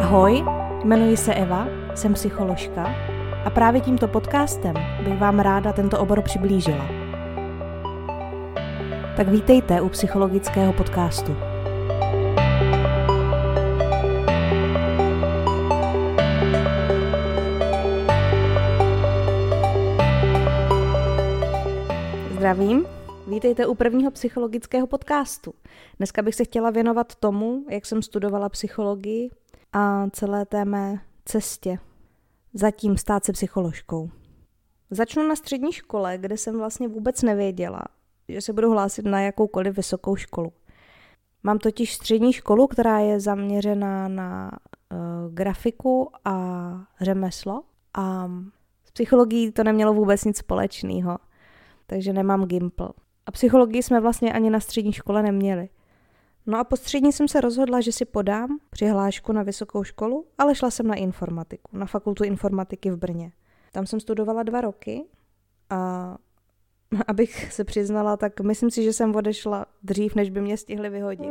Ahoj, jmenuji se Eva, jsem psycholožka a právě tímto podcastem bych vám ráda tento obor přiblížila. Tak vítejte u psychologického podcastu. Zdravím, vítejte u prvního psychologického podcastu. Dneska bych se chtěla věnovat tomu, jak jsem studovala psychologii a celé té mé cestě zatím stát se psycholožkou. Začnu na střední škole, kde jsem vlastně vůbec nevěděla, že se budu hlásit na jakoukoliv vysokou školu. Mám totiž střední školu, která je zaměřená na grafiku a řemeslo a s psychologií to nemělo vůbec nic společného, takže nemám Gimpl. A psychologii jsme vlastně ani na střední škole neměli. No a po střední jsem se rozhodla, že si podám přihlášku na vysokou školu, ale šla jsem na informatiku, na fakultu informatiky v Brně. Tam jsem studovala 2 roky a abych se přiznala, tak myslím si, že jsem odešla dřív, než by mě stihli vyhodit.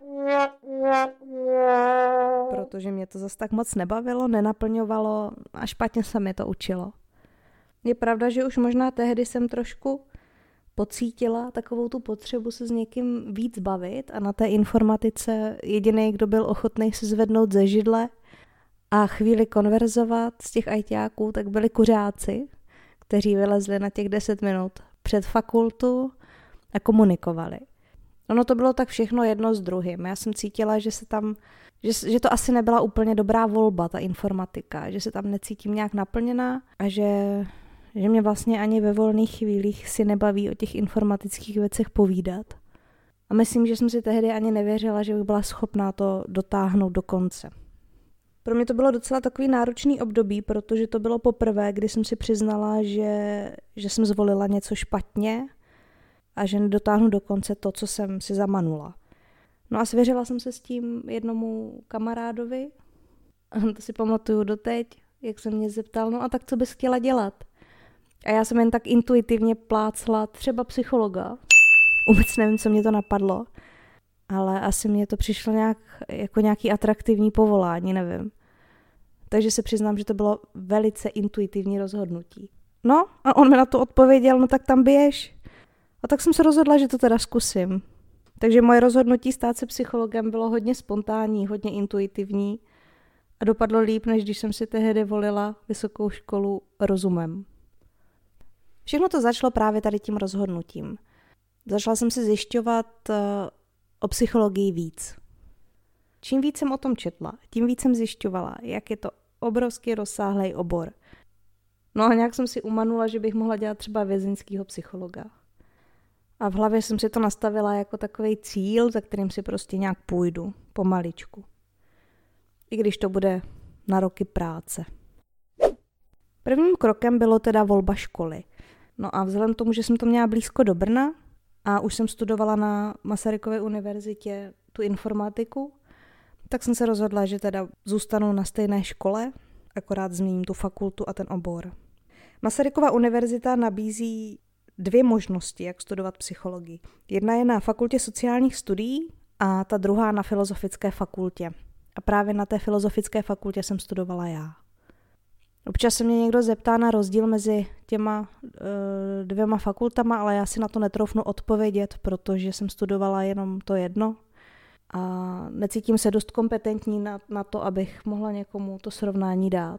Protože mě to zas tak moc nebavilo, nenaplňovalo a špatně se mi to učilo. Je pravda, že už možná tehdy jsem trošku pocítila takovou tu potřebu se s někým víc bavit a na té informatice jediný, kdo byl ochotný se zvednout ze židle a chvíli konverzovat z těch ajťáků, tak byli kuřáci, kteří vylezli na těch 10 minut před fakultu a komunikovali. Ono to bylo tak všechno jedno s druhým. Já jsem cítila, že to asi nebyla úplně dobrá volba, ta informatika, že se tam necítím nějak naplněná a že mě vlastně ani ve volných chvílích si nebaví o těch informatických věcech povídat. A myslím, že jsem si tehdy ani nevěřila, že bych byla schopná to dotáhnout do konce. Pro mě to bylo docela takový náročný období, protože to bylo poprvé, kdy jsem si přiznala, že jsem zvolila něco špatně a že nedotáhnu do konce to, co jsem si zamanula. No a svěřila jsem se s tím jednomu kamarádovi, to si pamatuju doteď, jak se mě zeptal, no a tak co bys chtěla dělat? A já jsem jen tak intuitivně plácla třeba psychologa. Vůbec nevím, co mě to napadlo, ale asi mě to přišlo jako nějaký atraktivní povolání, nevím. Takže se přiznám, že to bylo velice intuitivní rozhodnutí. No a on mi na to odpověděl, no tak tam běž. A tak jsem se rozhodla, že to teda zkusím. Takže moje rozhodnutí stát se psychologem bylo hodně spontánní, hodně intuitivní a dopadlo líp, než když jsem si tehdy volila vysokou školu rozumem. Všechno to začalo právě tady tím rozhodnutím. Začala jsem si zjišťovat o psychologii víc. Čím víc jsem o tom četla, tím víc jsem zjišťovala, jak je to obrovský rozsáhlý obor. No a nějak jsem si umanula, že bych mohla dělat třeba vězeňského psychologa. A v hlavě jsem si to nastavila jako takový cíl, za kterým si prostě nějak půjdu, pomaličku. I když to bude na roky práce. Prvním krokem bylo teda volba školy. No a vzhledem k tomu, že jsem to měla blízko do Brna a už jsem studovala na Masarykově univerzitě tu informatiku, tak jsem se rozhodla, že teda zůstanu na stejné škole, akorát změním tu fakultu a ten obor. Masarykova univerzita nabízí 2 možnosti, jak studovat psychologii. Jedna je na fakultě sociálních studií a ta druhá na filozofické fakultě. A právě na té filozofické fakultě jsem studovala já. Občas se mě někdo zeptá na rozdíl mezi těma 2 fakultama, ale já si na to netroufnu odpovědět, protože jsem studovala jenom to jedno a necítím se dost kompetentní na to, abych mohla někomu to srovnání dát.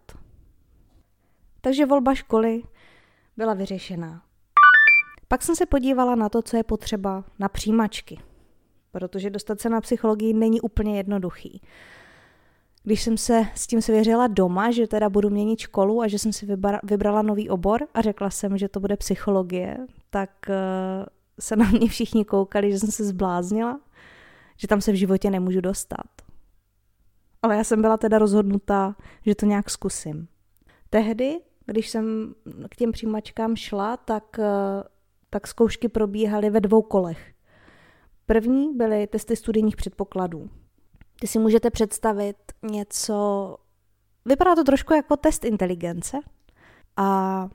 Takže volba školy byla vyřešená. Pak jsem se podívala na to, co je potřeba na přijímačky, protože dostat se na psychologii není úplně jednoduchý. Když jsem se s tím svěřila doma, že teda budu měnit školu a že jsem si vybrala nový obor a řekla jsem, že to bude psychologie, tak se na mě všichni koukali, že jsem se zbláznila, že tam se v životě nemůžu dostat. Ale já jsem byla teda rozhodnutá, že to nějak zkusím. Tehdy, když jsem k těm přijímačkám šla, tak zkoušky probíhaly ve 2 kolech. První byly testy studijních předpokladů. Ty si můžete představit něco, vypadá to trošku jako test inteligence a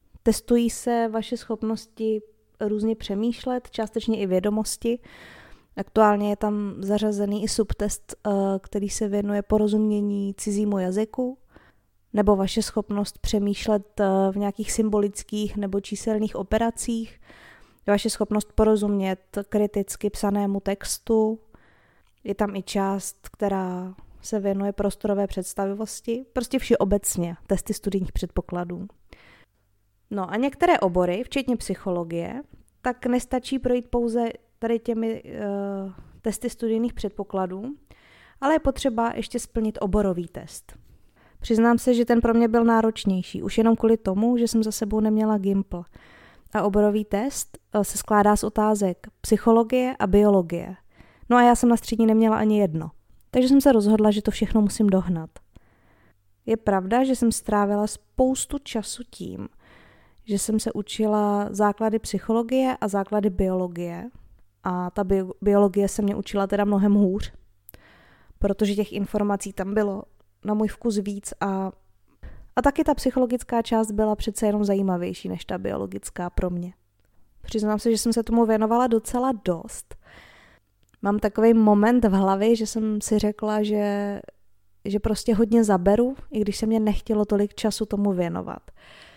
testují se vaše schopnosti různě přemýšlet, částečně i vědomosti Aktuálně je tam zařazený i subtest, který se věnuje porozumění cizímu jazyku, nebo vaše schopnost přemýšlet v nějakých symbolických nebo číselných operacích, vaše schopnost porozumět kriticky psanému textu. Je tam i část, která se věnuje prostorové představivosti, prostě všeobecně, testy studijních předpokladů. No a některé obory, včetně psychologie, tak nestačí projít pouze tady těmi testy studijních předpokladů, ale je potřeba ještě splnit oborový test. Přiznám se, že ten pro mě byl náročnější, už jenom kvůli tomu, že jsem za sebou neměla Gimpl. A oborový test se skládá z otázek psychologie a biologie. No a já jsem na střední neměla ani jedno. Takže jsem se rozhodla, že to všechno musím dohnat. Je pravda, že jsem strávila spoustu času tím, že jsem se učila základy psychologie a základy biologie. A ta biologie se mě učila teda mnohem hůř, protože těch informací tam bylo na můj vkus víc a taky ta psychologická část byla přece jenom zajímavější než ta biologická pro mě. Přiznám se, že jsem se tomu věnovala docela dost. Mám takový moment v hlavě, že jsem si řekla, že prostě hodně zaberu, i když se mě nechtělo tolik času tomu věnovat.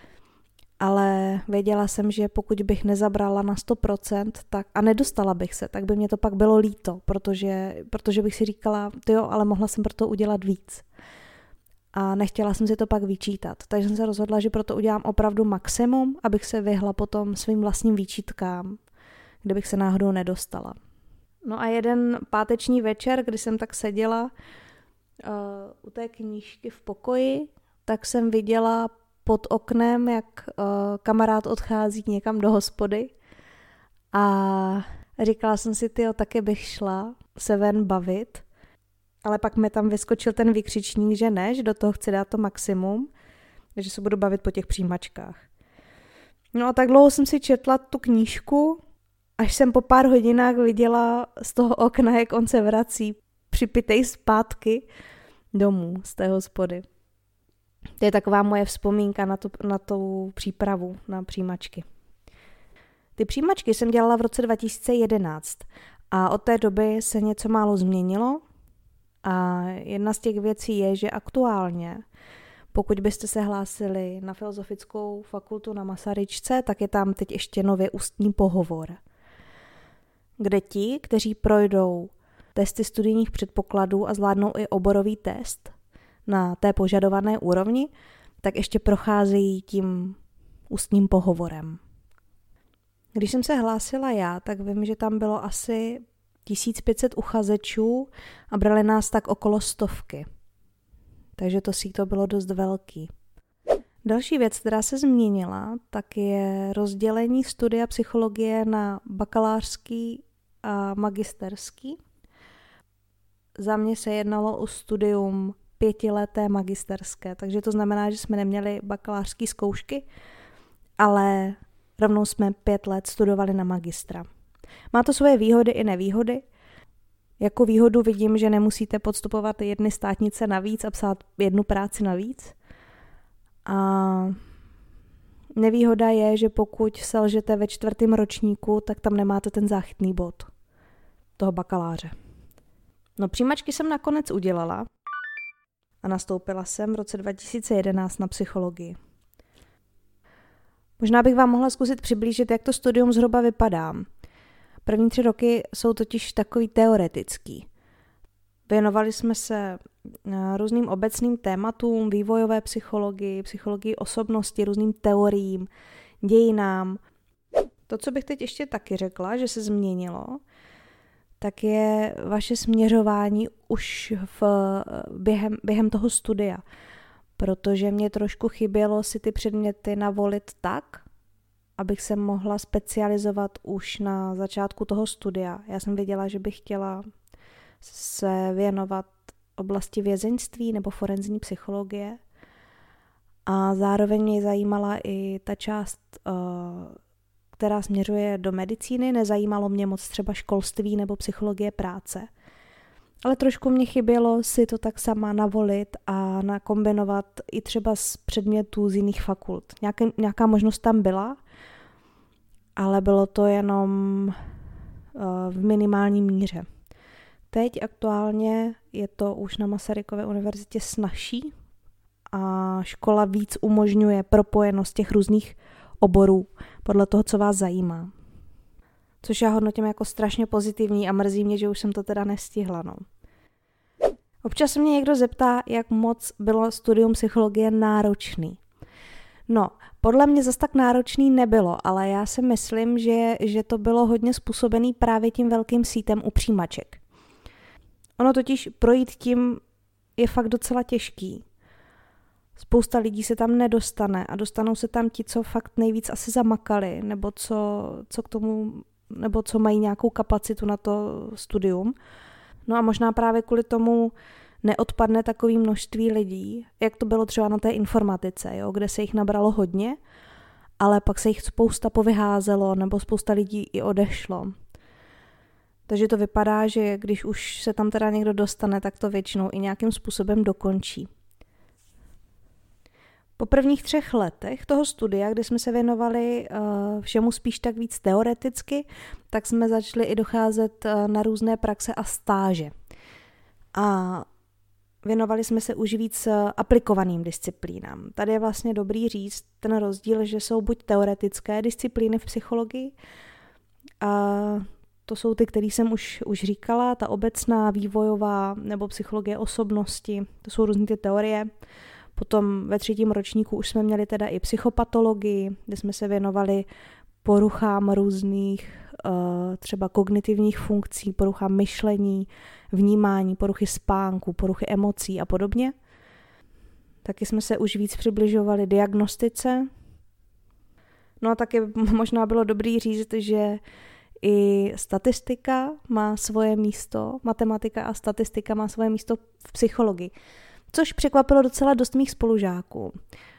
Ale věděla jsem, že pokud bych nezabrala na 100% a nedostala bych se, tak by mě to pak bylo líto, protože bych si říkala, jo, ale mohla jsem pro to udělat víc. A nechtěla jsem si to pak vyčítat. Takže jsem se rozhodla, že proto udělám opravdu maximum, abych se vyhla potom svým vlastním výčitkám, kdybych se náhodou nedostala. No a jeden páteční večer, kdy jsem tak seděla u té knížky v pokoji, tak jsem viděla pod oknem, jak kamarád odchází někam do hospody a říkala jsem si, taky bych šla se ven bavit, ale pak mi tam vyskočil ten vykřičník, že ne, že do toho chci dát to maximum, že se budu bavit po těch přijímačkách. No a tak dlouho jsem si četla tu knížku, až jsem po pár hodinách viděla z toho okna, jak on se vrací připitej zpátky domů z té hospody. To je taková moje vzpomínka na tu přípravu na přijímačky. Ty přijímačky jsem dělala v roce 2011 a od té doby se něco málo změnilo a jedna z těch věcí je, že aktuálně, pokud byste se hlásili na Filozofickou fakultu na Masaryčce, tak je tam teď ještě nově ústní pohovor, kde ti, kteří projdou testy studijních předpokladů a zvládnou i oborový test na té požadované úrovni, tak ještě procházejí tím ústním pohovorem. Když jsem se hlásila já, tak vím, že tam bylo asi 1500 uchazečů a brali nás tak okolo 100. Takže to bylo dost velký. Další věc, která se změnila, tak je rozdělení studia psychologie na bakalářský a magisterský. Za mě se jednalo o studium 5leté magisterské, takže to znamená, že jsme neměli bakalářské zkoušky, ale rovnou jsme 5 let studovali na magistra. Má to svoje výhody i nevýhody. Jako výhodu vidím, že nemusíte podstupovat jedny státnice navíc a psát jednu práci navíc. A nevýhoda je, že pokud selžete ve 4. ročníku, tak tam nemáte ten záchytný bod toho bakaláře. No přijímačky jsem nakonec udělala a nastoupila jsem v roce 2011 na psychologii. Možná bych vám mohla zkusit přiblížit, jak to studium zhruba vypadá. První 3 roky jsou totiž takový teoretický. Věnovali jsme se různým obecným tématům, vývojové psychologii, psychologii osobnosti, různým teoriím, dějinám. To, co bych teď ještě taky řekla, že se změnilo, tak je vaše směřování už během toho studia. Protože mě trošku chybělo si ty předměty navolit tak, abych se mohla specializovat už na začátku toho studia. Já jsem věděla, že bych chtěla se věnovat oblasti vězeňství nebo forenzní psychologie. A zároveň mě zajímala i ta část, která směřuje do medicíny. Nezajímalo mě moc třeba školství nebo psychologie práce. Ale trošku mě chybělo si to tak sama navolit a nakombinovat i třeba z předmětů z jiných fakult. Nějaká možnost tam byla, ale bylo to jenom v minimální míře. Teď aktuálně je to už na Masarykově univerzitě snazší a škola víc umožňuje propojenost těch různých oborů podle toho, co vás zajímá. Což já hodnotím jako strašně pozitivní a mrzí mě, že už jsem to teda nestihla. No. Občas se mě někdo zeptá, jak moc bylo studium psychologie náročný. No, podle mě zas tak náročný nebylo, ale já si myslím, že to bylo hodně způsobený právě tím velkým sítem u přijímaček. Ono totiž projít tím je fakt docela těžký. Spousta lidí se tam nedostane a dostanou se tam ti, co fakt nejvíc asi zamakali, nebo co k tomu, nebo co mají nějakou kapacitu na to studium. No a možná právě kvůli tomu neodpadne takové množství lidí, jak to bylo třeba na té informatice, jo, kde se jich nabralo hodně, ale pak se jich spousta povyházelo, nebo spousta lidí i odešlo. Takže to vypadá, že když už se tam teda někdo dostane, tak to většinou i nějakým způsobem dokončí. Po prvních 3 letech toho studia, kdy jsme se věnovali všemu spíš tak víc teoreticky, tak jsme začali i docházet na různé praxe a stáže. A věnovali jsme se už víc aplikovaným disciplínám. Tady je vlastně dobrý říct ten rozdíl, že jsou buď teoretické disciplíny v psychologii, a to jsou ty, které jsem už říkala, ta obecná, vývojová nebo psychologie osobnosti, to jsou různé ty teorie. Potom ve 3. ročníku už jsme měli teda i psychopatologii, kde jsme se věnovali poruchám různých třeba kognitivních funkcí, poruchám myšlení, vnímání, poruchy spánku, poruchy emocí a podobně. Taky jsme se už víc přibližovali diagnostice. No a taky možná bylo dobrý říct, že i statistika má svoje místo, matematika a statistika má svoje místo v psychologii. Což překvapilo docela dost mých spolužáků.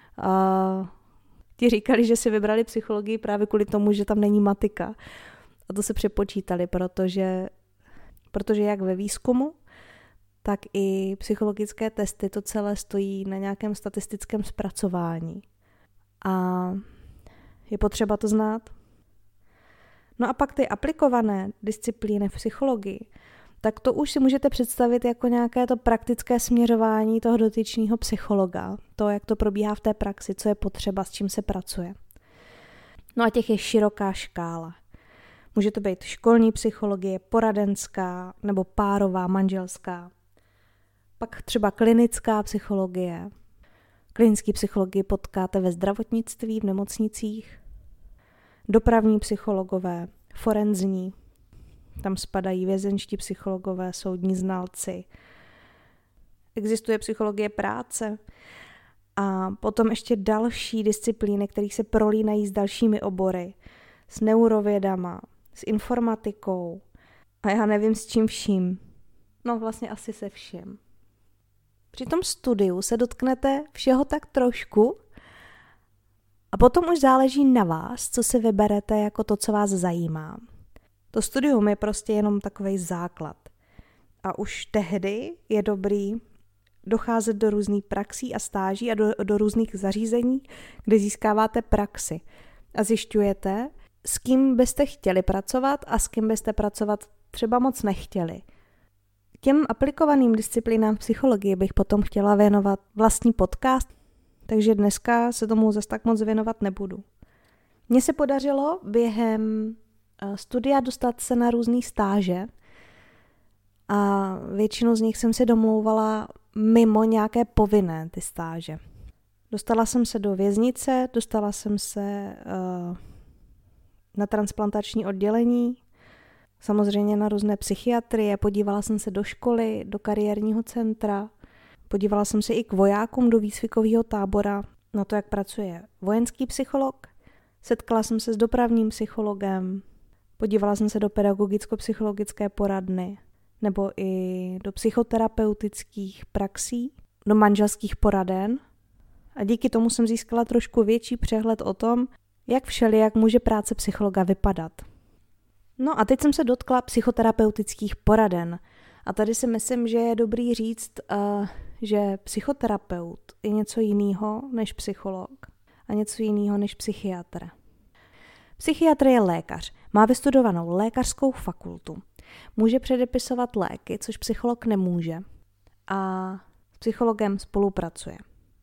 Ti říkali, že si vybrali psychologii právě kvůli tomu, že tam není matika. A to se přepočítali, protože jak ve výzkumu, tak i psychologické testy to celé stojí na nějakém statistickém zpracování. A je potřeba to znát. No a pak ty aplikované disciplíny v psychologii, tak to už si můžete představit jako nějaké to praktické směřování toho dotyčného psychologa. To, jak to probíhá v té praxi, co je potřeba, s čím se pracuje. No a těch je široká škála. Může to být školní psychologie, poradenská nebo párová, manželská. Pak třeba klinická psychologie. Klinické psychologii potkáte ve zdravotnictví, v nemocnicích. Dopravní psychologové, forenzní. Tam spadají vězeňští psychologové, soudní znalci. Existuje psychologie práce a potom ještě další disciplíny, které se prolínají s dalšími obory, s neurovědama, s informatikou a já nevím s čím vším. No vlastně asi se vším. Při tom studiu se dotknete všeho tak trošku a potom už záleží na vás, co si vyberete jako to, co vás zajímá. To studium je prostě jenom takovej základ. A už tehdy je dobrý docházet do různých praxí a stáží a do různých zařízení, kde získáváte praxi. A zjišťujete, s kým byste chtěli pracovat a s kým byste pracovat třeba moc nechtěli. Těm aplikovaným disciplínám psychologie bych potom chtěla věnovat vlastní podcast, takže dneska se tomu zase tak moc věnovat nebudu. Mně se podařilo během studia dostat se na různý stáže a většinu z nich jsem si domlouvala mimo nějaké povinné ty stáže. Dostala jsem se do věznice, dostala jsem se na transplantační oddělení, samozřejmě na různé psychiatrie, podívala jsem se do školy, do kariérního centra, podívala jsem se i k vojákům do výcvikového tábora, na to, jak pracuje vojenský psycholog, setkala jsem se s dopravním psychologem, podívala jsem se do pedagogicko-psychologické poradny nebo i do psychoterapeutických praxí, do manželských poraden a díky tomu jsem získala trošku větší přehled o tom, jak všelijak může práce psychologa vypadat. No a teď jsem se dotkla psychoterapeutických poraden a tady si myslím, že je dobrý říct, že psychoterapeut je něco jiného než psycholog a něco jiného než psychiatr. Psychiatr je lékař, má vystudovanou lékařskou fakultu, může předepisovat léky, což psycholog nemůže, a s psychologem spolupracuje.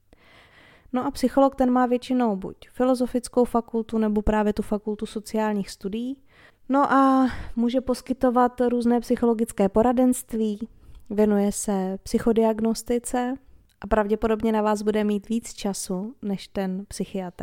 No a psycholog ten má většinou buď filozofickou fakultu nebo právě tu fakultu sociálních studií. No a může poskytovat různé psychologické poradenství, věnuje se psychodiagnostice a pravděpodobně na vás bude mít víc času než ten psychiatr.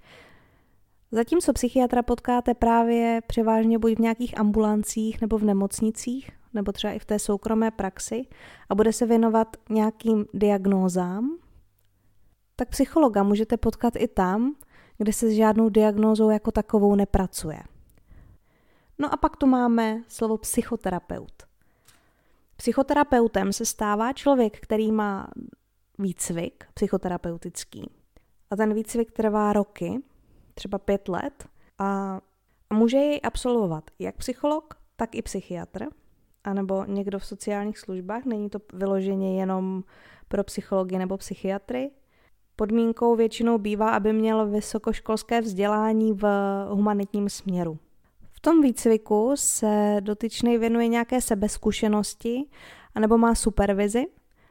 Zatímco psychiatra potkáte právě převážně buď v nějakých ambulancích nebo v nemocnicích, nebo třeba i v té soukromé praxi a bude se věnovat nějakým diagnózám, tak psychologa můžete potkat i tam, kde se s žádnou diagnózou jako takovou nepracuje. No a pak tu máme slovo psychoterapeut. Psychoterapeutem se stává člověk, který má výcvik psychoterapeutický. A ten výcvik trvá roky, třeba 5 let, a může jej absolvovat jak psycholog, tak i psychiatr, anebo někdo v sociálních službách, není to vyloženě jenom pro psychology nebo psychiatry. Podmínkou většinou bývá, aby měl vysokoškolské vzdělání v humanitním směru. V tom výcviku se dotyčný věnuje nějaké sebezkušenosti anebo má supervizi,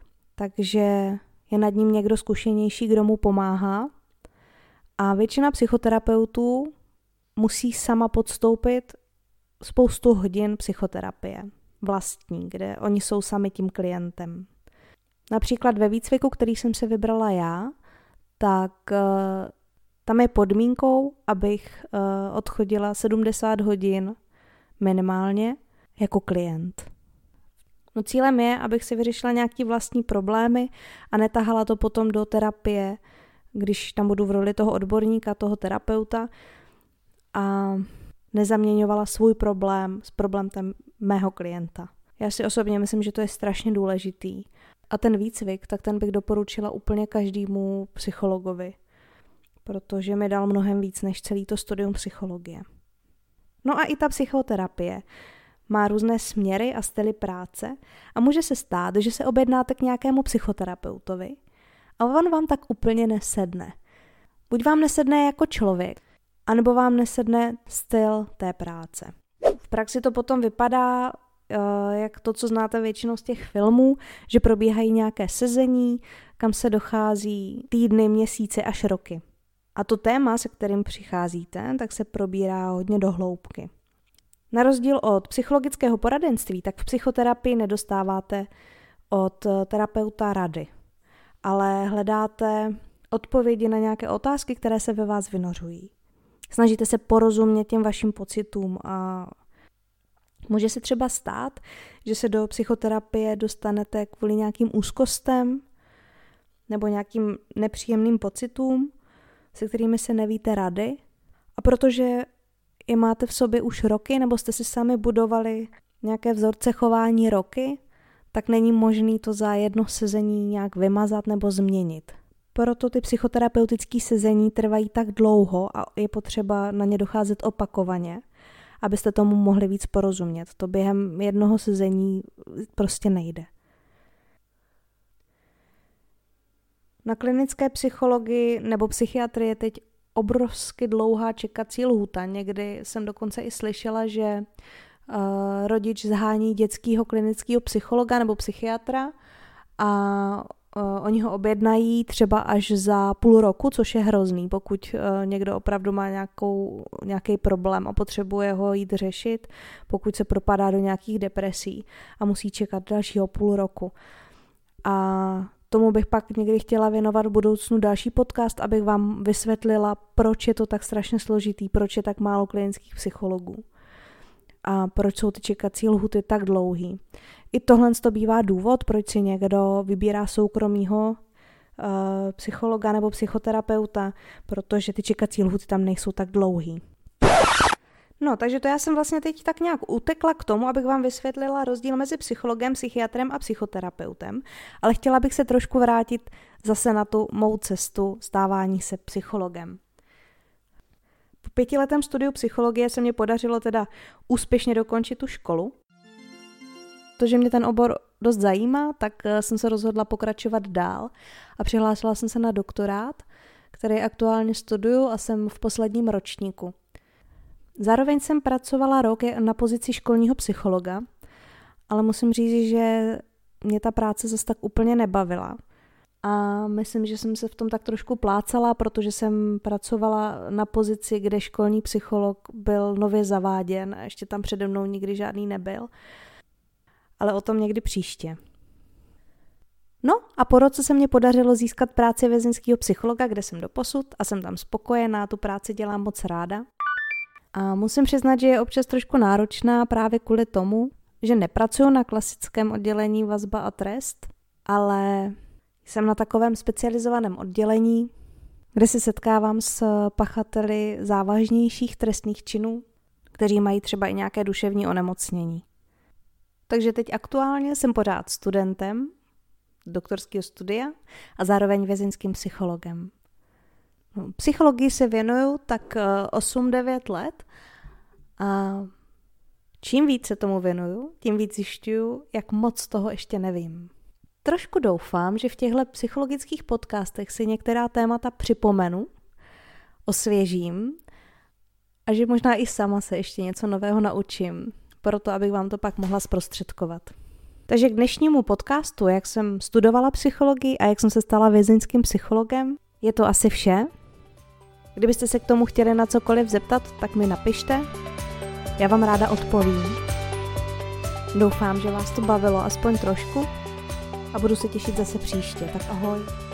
takže je nad ním někdo zkušenější, kdo mu pomáhá. A většina psychoterapeutů musí sama podstoupit spoustu hodin psychoterapie vlastní, kde oni jsou sami tím klientem. Například ve výcviku, který jsem se vybrala já, tak tam je podmínkou, abych odchodila 70 hodin minimálně jako klient. No cílem je, abych si vyřešila nějaký vlastní problémy a netahala to potom do terapie, když tam budu v roli toho odborníka, toho terapeuta, a nezaměňovala svůj problém s problémem mého klienta. Já si osobně myslím, že to je strašně důležitý. A ten výcvik, tak ten bych doporučila úplně každému psychologovi, protože mi dal mnohem víc než celý to studium psychologie. No a i ta psychoterapie má různé směry a styly práce a může se stát, že se objednáte k nějakému psychoterapeutovi a on vám tak úplně nesedne. Buď vám nesedne jako člověk, anebo vám nesedne styl té práce. V praxi to potom vypadá jak to, co znáte většinou z těch filmů, že probíhají nějaké sezení, kam se dochází týdny, měsíce až roky. A to téma, se kterým přicházíte, tak se probírá hodně do hloubky. Na rozdíl od psychologického poradenství, tak v psychoterapii nedostáváte od terapeuta rady, ale hledáte odpovědi na nějaké otázky, které se ve vás vynořují. Snažíte se porozumět těm vašim pocitům a může se třeba stát, že se do psychoterapie dostanete kvůli nějakým úzkostem nebo nějakým nepříjemným pocitům, se kterými se nevíte rady. A protože je máte v sobě už roky nebo jste si sami budovali nějaké vzorce chování roky, tak není možné to za jedno sezení nějak vymazat nebo změnit. Proto ty psychoterapeutické sezení trvají tak dlouho a je potřeba na ně docházet opakovaně, abyste tomu mohli víc porozumět. To během jednoho sezení prostě nejde. Na klinické psychologii nebo psychiatrii je teď obrovsky dlouhá čekací lhůta. Někdy jsem dokonce i slyšela, že rodič zhání dětského klinického psychologa nebo psychiatra a oni ho objednají třeba až za půl roku, což je hrozný, pokud někdo opravdu má nějaký problém a potřebuje ho jít řešit, pokud se propadá do nějakých depresí a musí čekat dalšího půl roku. A tomu bych pak někdy chtěla věnovat v budoucnu další podcast, abych vám vysvětlila, proč je to tak strašně složitý, proč je tak málo klinických psychologů a proč jsou ty čekací lhuty tak dlouhý. I tohle to bývá důvod, proč si někdo vybírá soukromýho psychologa nebo psychoterapeuta, protože ty čekací lhuty tam nejsou tak dlouhý. No, takže to já jsem vlastně teď tak nějak utekla k tomu, abych vám vysvětlila rozdíl mezi psychologem, psychiatrem a psychoterapeutem, ale chtěla bych se trošku vrátit zase na tu mou cestu stávání se psychologem. Po 5letém studiu psychologie se mě podařilo teda úspěšně dokončit tu školu. Protože mě ten obor dost zajímá, tak jsem se rozhodla pokračovat dál a přihlásila jsem se na doktorát, který aktuálně studuju a jsem v posledním ročníku. Zároveň jsem pracovala rok na pozici školního psychologa, ale musím říct, že mě ta práce zase tak úplně nebavila. A myslím, že jsem se v tom tak trošku plácala, protože jsem pracovala na pozici, kde školní psycholog byl nově zaváděn a ještě tam přede mnou nikdy žádný nebyl. Ale o tom někdy příště. No a po roce se mě podařilo získat práci vězeňského psychologa, kde jsem doposud a jsem tam spokojená, tu práci dělám moc ráda. A musím přiznat, že je občas trošku náročná právě kvůli tomu, že nepracuju na klasickém oddělení vazba a trest, ale jsem na takovém specializovaném oddělení, kde se setkávám s pachateli závažnějších trestných činů, kteří mají třeba i nějaké duševní onemocnění. Takže teď aktuálně jsem pořád studentem doktorského studia a zároveň vězeňským psychologem. Psychologii se věnuju tak 8-9 let a čím víc se tomu věnuju, tím víc zjišťuju, jak moc toho ještě nevím. Trošku doufám, že v těchto psychologických podcastech si některá témata připomenu, osvěžím a že možná i sama se ještě něco nového naučím, proto abych vám to pak mohla zprostředkovat. Takže k dnešnímu podcastu, jak jsem studovala psychologii a jak jsem se stala vězeňským psychologem, je to asi vše. Kdybyste se k tomu chtěli na cokoliv zeptat, tak mi napište. Já vám ráda odpovím. Doufám, že vás to bavilo aspoň trošku a budu se těšit zase příště. Tak ahoj.